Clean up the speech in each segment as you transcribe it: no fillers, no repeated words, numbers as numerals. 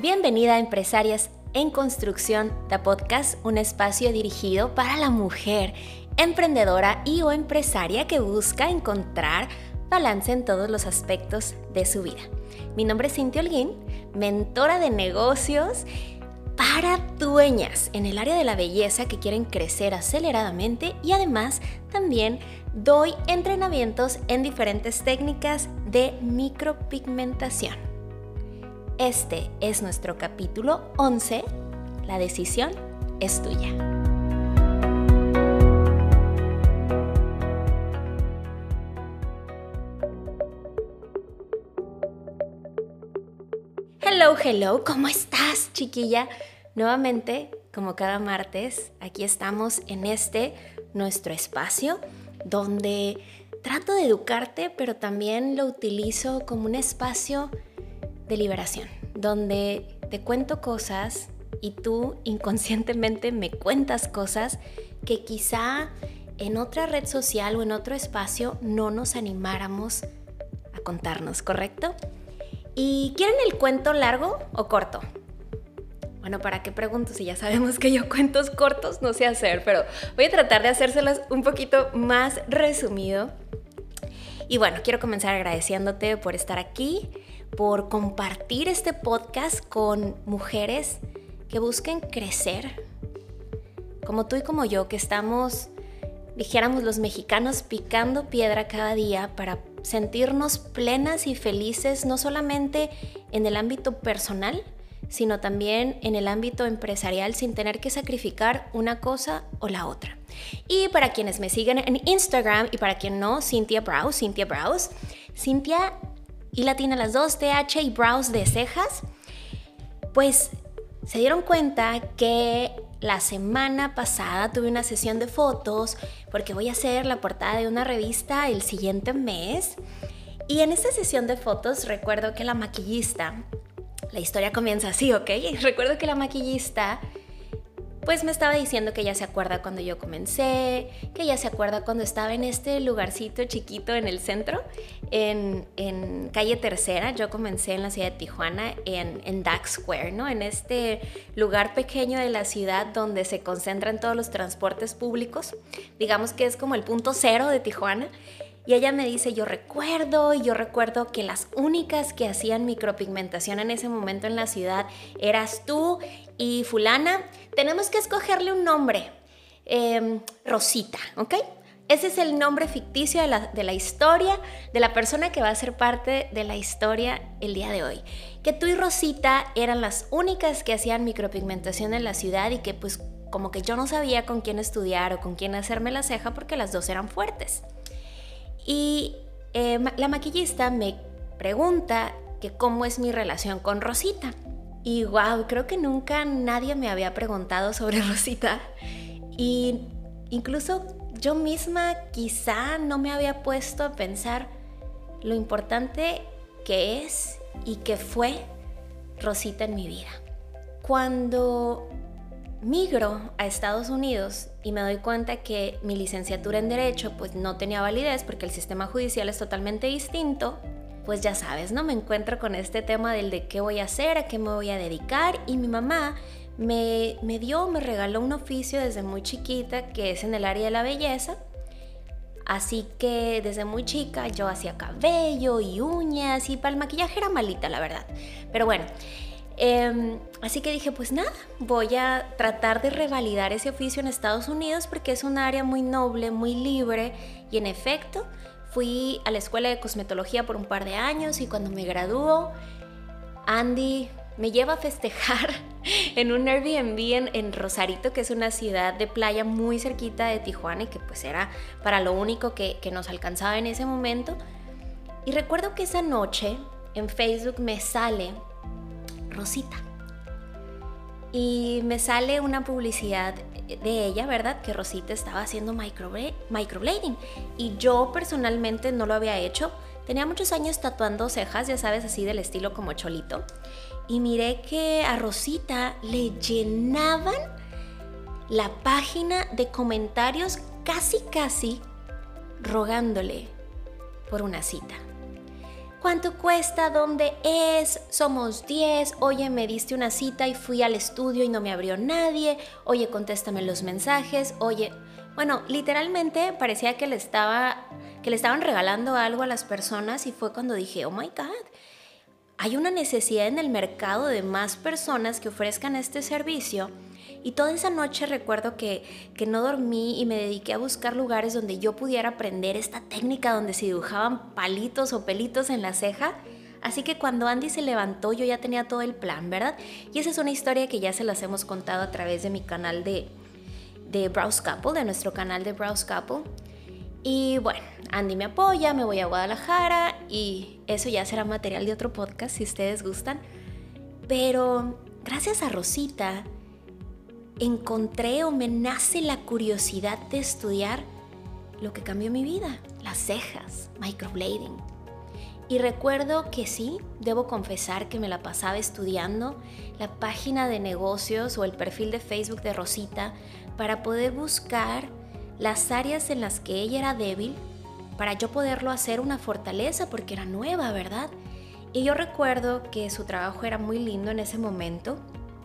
Bienvenida a Empresarias en Construcción, The Podcast, un espacio dirigido para la mujer emprendedora y o empresaria que busca encontrar balance en todos los aspectos de su vida. Mi nombre es Cintia Holguín, mentora de negocios para dueñas en el área de la belleza que quieren crecer aceleradamente y además también doy entrenamientos en diferentes técnicas de micropigmentación. Este es nuestro capítulo 11, la decisión es tuya. Hello, ¿cómo estás, chiquilla? Nuevamente, como cada martes, aquí estamos en nuestro espacio, donde trato de educarte, pero también lo utilizo como un espacio de liberación, donde te cuento cosas y tú inconscientemente me cuentas cosas que quizá en otra red social o en otro espacio no nos animáramos a contarnos, ¿correcto? ¿Y quieren el cuento largo o corto? Bueno, ¿para qué pregunto si ya sabemos que yo cuentos cortos no sé hacer? Pero voy a tratar de hacérselas un poquito más resumido. Y bueno, quiero comenzar agradeciéndote por estar aquí, por compartir este podcast con mujeres que busquen crecer, como tú y como yo, que estamos, dijéramos los mexicanos, picando piedra cada día para sentirnos plenas y felices, no solamente en el ámbito personal, sino también en el ámbito empresarial sin tener que sacrificar una cosa o la otra. Y para quienes me siguen en Instagram y para quien no, Cintia Brows, Cintia y latina las dos, TH y Brows de cejas, pues se dieron cuenta que la semana pasada tuve una sesión de fotos porque voy a hacer la portada de una revista el siguiente mes. Y en esta sesión de fotos recuerdo que la maquillista, la historia comienza así, ¿ok? Recuerdo que la maquillista pues me estaba diciendo que ella se acuerda cuando yo comencé, que ella se acuerda cuando estaba en este lugarcito chiquito en el centro, en calle Tercera. Yo comencé en la ciudad de Tijuana, en Dax Square, ¿no? En este lugar pequeño de la ciudad donde se concentran todos los transportes públicos. Digamos que es como el punto cero de Tijuana. Y ella me dice, yo recuerdo que las únicas que hacían micropigmentación en ese momento en la ciudad eras tú y fulana. Tenemos que escogerle un nombre, Rosita, ¿ok? Ese es el nombre ficticio de la historia, de la persona que va a ser parte de la historia el día de hoy. Que tú y Rosita eran las únicas que hacían micropigmentación en la ciudad y que pues como que yo no sabía con quién estudiar o con quién hacerme la ceja porque las dos eran fuertes. Y la maquillista me pregunta que cómo es mi relación con Rosita. Y wow, creo que nunca nadie me había preguntado sobre Rosita. Y incluso yo misma quizá no me había puesto a pensar lo importante que es y que fue Rosita en mi vida. Cuando migro a Estados Unidos y me doy cuenta que mi licenciatura en Derecho pues no tenía validez porque el sistema judicial es totalmente distinto, pues ya sabes, ¿no? Me encuentro con este tema del de qué voy a hacer, a qué me voy a dedicar, y mi mamá me regaló un oficio desde muy chiquita que es en el área de la belleza. Así que desde muy chica yo hacía cabello y uñas y para el maquillaje era malita, la verdad. Pero bueno, así que dije, pues nada, voy a tratar de revalidar ese oficio en Estados Unidos porque es un área muy noble, muy libre. Y en efecto, fui a la escuela de cosmetología por un par de años y cuando me graduó, Andy me lleva a festejar en un Airbnb en Rosarito, que es una ciudad de playa muy cerquita de Tijuana y que pues era para lo único que nos alcanzaba en ese momento. Y recuerdo que esa noche en Facebook me sale Rosita y me sale una publicidad de ella, ¿verdad? Que Rosita estaba haciendo microblading y yo personalmente no lo había hecho. Tenía muchos años tatuando cejas, ya sabes, así del estilo como cholito, y miré que a Rosita le llenaban la página de comentarios casi rogándole por una cita. ¿cuánto cuesta? ¿Dónde es? Somos 10. Oye, me diste una cita y fui al estudio y no me abrió nadie. Oye, contéstame los mensajes. Oye, bueno, literalmente parecía que le estaban regalando algo a las personas y fue cuando dije, oh my God, hay una necesidad en el mercado de más personas que ofrezcan este servicio. Y toda esa noche recuerdo que no dormí y me dediqué a buscar lugares donde yo pudiera aprender esta técnica donde se dibujaban palitos o pelitos en la ceja. Así que cuando Andy se levantó yo ya tenía todo el plan, ¿verdad? Y esa es una historia que ya se las hemos contado a través de mi canal de Brows Couple, de nuestro canal de Brows Couple. Y bueno, Andy me apoya, me voy a Guadalajara y eso ya será material de otro podcast si ustedes gustan. Pero gracias a Rosita encontré o me nace la curiosidad de estudiar lo que cambió mi vida, las cejas, microblading. Y recuerdo que sí, debo confesar que me la pasaba estudiando la página de negocios o el perfil de Facebook de Rosita para poder buscar las áreas en las que ella era débil para yo poderlo hacer una fortaleza porque era nueva, ¿verdad? Y yo recuerdo que su trabajo era muy lindo en ese momento,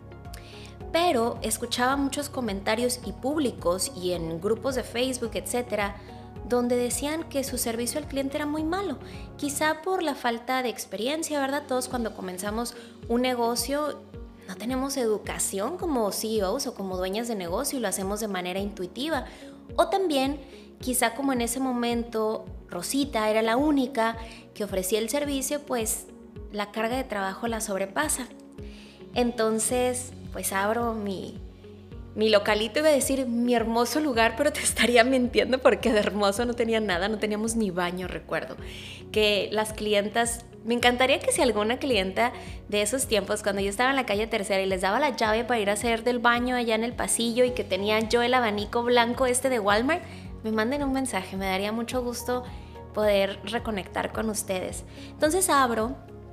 pero escuchaba muchos comentarios y públicos y en grupos de Facebook, etcétera, donde decían que su servicio al cliente era muy malo, quizá por la falta de experiencia, ¿verdad? Todos cuando comenzamos un negocio no tenemos educación como CEOs o como dueñas de negocio y lo hacemos de manera intuitiva. O también, quizá como en ese momento Rosita era la única que ofrecía el servicio, pues la carga de trabajo la sobrepasa. Entonces, pues abro mi localito, iba a decir mi hermoso lugar, pero te estaría mintiendo porque de hermoso no tenía nada, no teníamos ni baño, recuerdo. Que las clientas, me encantaría que si alguna clienta de esos tiempos, cuando yo estaba en la calle Tercera y les daba la llave para ir a hacer del baño allá en el pasillo y que tenía yo el abanico blanco de Walmart, me manden un mensaje, me daría mucho gusto poder reconectar con ustedes. Entonces abro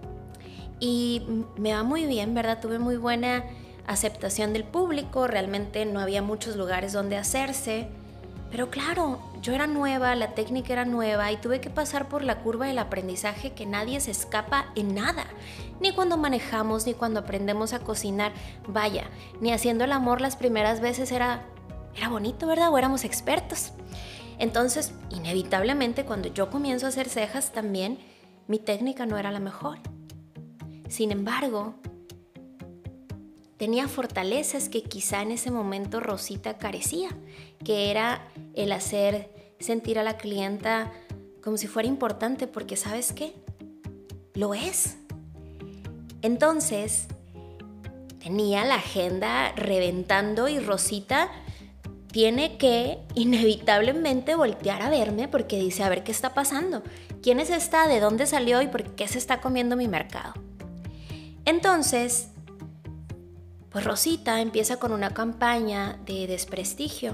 y me va muy bien, ¿verdad? Tuve muy buena aceptación del público, realmente no había muchos lugares donde hacerse, pero claro, yo era nueva, la técnica era nueva y tuve que pasar por la curva del aprendizaje que nadie se escapa en nada, ni cuando manejamos, ni cuando aprendemos a cocinar, vaya, ni haciendo el amor las primeras veces era bonito, ¿verdad? O éramos expertos. Entonces, inevitablemente, cuando yo comienzo a hacer cejas también, mi técnica no era la mejor. Sin embargo, tenía fortalezas que quizá en ese momento Rosita carecía, que era el hacer sentir a la clienta como si fuera importante, porque ¿sabes qué? Lo es. Entonces, tenía la agenda reventando y Rosita tiene que inevitablemente voltear a verme porque dice, a ver qué está pasando, quién es esta, de dónde salió y por qué se está comiendo mi mercado. Entonces, pues Rosita empieza con una campaña de desprestigio,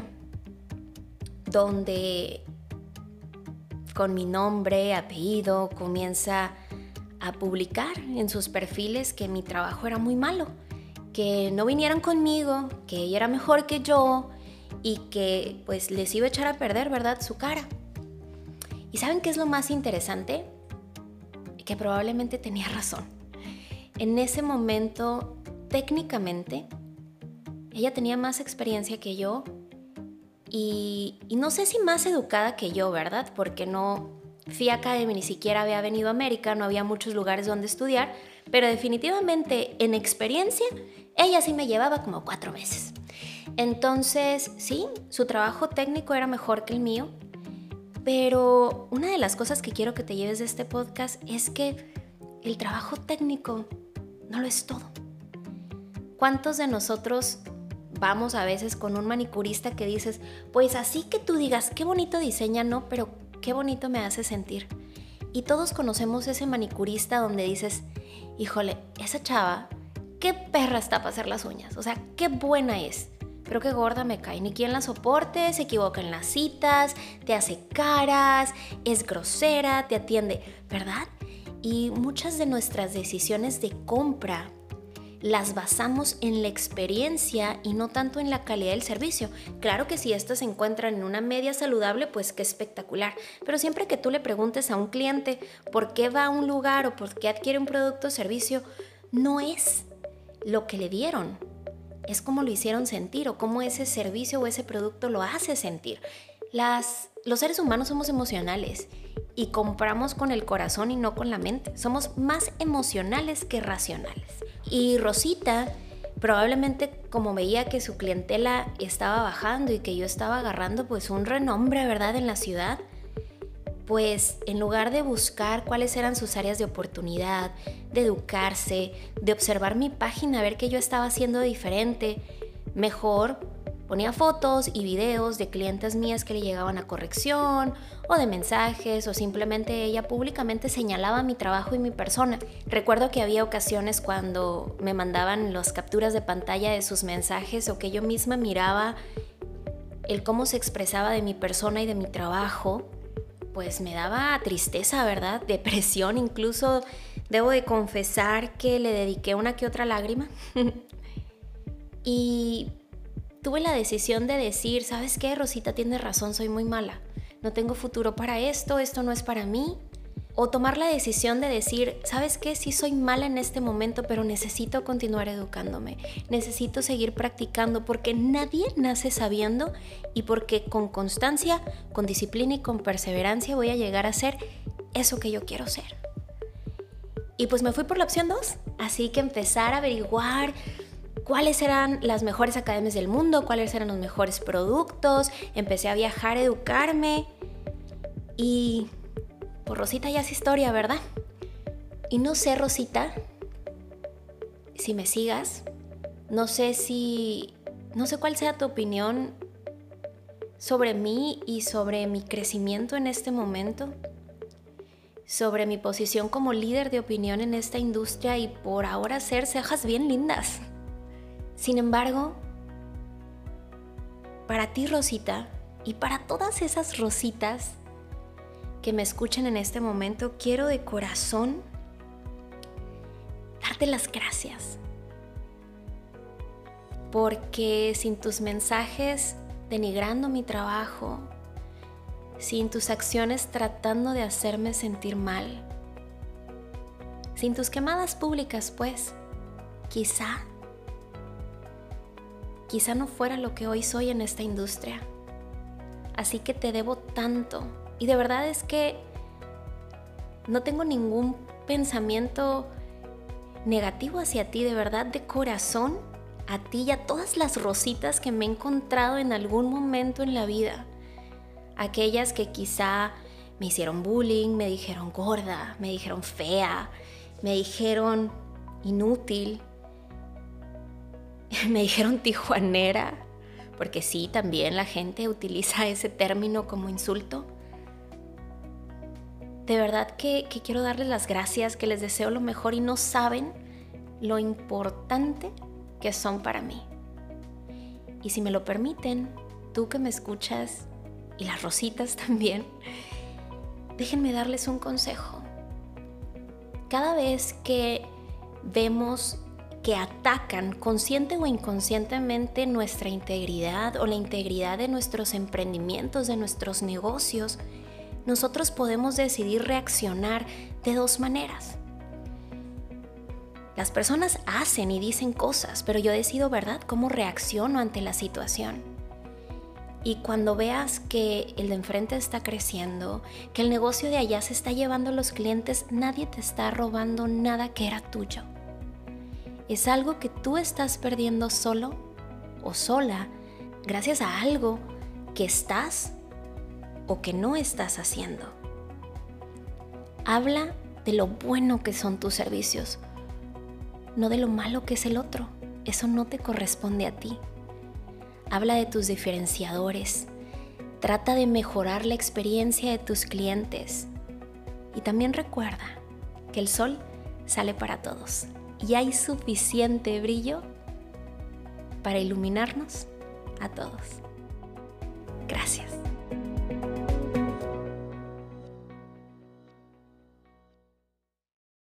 donde con mi nombre, apellido, comienza a publicar en sus perfiles que mi trabajo era muy malo, que no vinieran conmigo, que ella era mejor que yo y que pues les iba a echar a perder, ¿verdad?, su cara. ¿Y saben qué es lo más interesante? Que probablemente tenía razón. En ese momento, técnicamente, ella tenía más experiencia que yo y no sé si más educada que yo, ¿verdad? Porque no fui a Academy, ni siquiera había venido a América, no había muchos lugares donde estudiar, pero definitivamente en experiencia, ella sí me llevaba como 4 meses. Entonces, sí, su trabajo técnico era mejor que el mío, pero una de las cosas que quiero que te lleves de este podcast es que el trabajo técnico no lo es todo. ¿Cuántos de nosotros vamos a veces con un manicurista que dices, pues así que tú digas, qué bonito diseña, no, pero qué bonito me hace sentir? Y todos conocemos ese manicurista donde dices, híjole, esa chava, qué perra está para hacer las uñas, o sea, qué buena es, pero qué gorda me cae, ni quien la soporte, se equivoca en las citas, te hace caras, es grosera, te atiende, ¿verdad? Y muchas de nuestras decisiones de compra las basamos en la experiencia y no tanto en la calidad del servicio. Claro que si estas se encuentran en una media saludable, pues qué espectacular. Pero siempre que tú le preguntes a un cliente por qué va a un lugar o por qué adquiere un producto o servicio, no es lo que le dieron, es cómo lo hicieron sentir o cómo ese servicio o ese producto lo hace sentir. Los seres humanos somos emocionales y compramos con el corazón y no con la mente. Somos más emocionales que racionales. Y Rosita, probablemente como veía que su clientela estaba bajando y que yo estaba agarrando pues un renombre, ¿verdad?, en la ciudad, pues en lugar de buscar cuáles eran sus áreas de oportunidad, de educarse, de observar mi página, a ver qué yo estaba haciendo diferente, mejor ponía fotos y videos de clientes mías que le llegaban a corrección o de mensajes, o simplemente ella públicamente señalaba mi trabajo y mi persona. Recuerdo que había ocasiones cuando me mandaban las capturas de pantalla de sus mensajes o que yo misma miraba el cómo se expresaba de mi persona y de mi trabajo, pues me daba tristeza, ¿verdad? Depresión, incluso debo de confesar que le dediqué una que otra lágrima. Y tuve la decisión de decir, ¿sabes qué, Rosita? Tienes razón, soy muy mala. No tengo futuro para esto no es para mí. O tomar la decisión de decir, ¿sabes qué? Sí soy mala en este momento, pero necesito continuar educándome. Necesito seguir practicando porque nadie nace sabiendo y porque con constancia, con disciplina y con perseverancia voy a llegar a ser eso que yo quiero ser. Y pues me fui por la opción 2. Así que empezar a averiguar cuáles eran las mejores academias del mundo, cuáles eran los mejores productos. Empecé a viajar, a educarme y pues Rosita ya es historia, ¿verdad? Y no sé, Rosita, si me sigas, no sé cuál sea tu opinión sobre mí y sobre mi crecimiento en este momento, sobre mi posición como líder de opinión en esta industria y por ahora hacer cejas bien lindas. Sin embargo, para ti, Rosita, y para todas esas Rositas que me escuchen en este momento, quiero de corazón darte las gracias. Porque sin tus mensajes denigrando mi trabajo, sin tus acciones tratando de hacerme sentir mal, sin tus quemadas públicas, pues, quizá no fuera lo que hoy soy en esta industria. Así que te debo tanto. Y de verdad es que no tengo ningún pensamiento negativo hacia ti, de verdad, de corazón, a ti y a todas las Rositas que me he encontrado en algún momento en la vida. Aquellas que quizá me hicieron bullying, me dijeron gorda, me dijeron fea, me dijeron inútil, me dijeron tijuanera, porque sí, también la gente utiliza ese término como insulto. De verdad que quiero darles las gracias, que les deseo lo mejor y no saben lo importante que son para mí. Y si me lo permiten, tú que me escuchas y las Rositas también, déjenme darles un consejo. Cada vez que vemos que atacan consciente o inconscientemente nuestra integridad o la integridad de nuestros emprendimientos, de nuestros negocios, nosotros podemos decidir reaccionar de dos maneras. Las personas hacen y dicen cosas, pero yo decido, ¿verdad?, cómo reacciono ante la situación. Y cuando veas que el de enfrente está creciendo, que el negocio de allá se está llevando a los clientes, nadie te está robando nada que era tuyo. Es algo que tú estás perdiendo solo o sola gracias a algo que estás o que no estás haciendo. Habla de lo bueno que son tus servicios, no de lo malo que es el otro. Eso no te corresponde a ti. Habla de tus diferenciadores. Trata de mejorar la experiencia de tus clientes. Y también recuerda que el sol sale para todos y hay suficiente brillo para iluminarnos a todos. Gracias.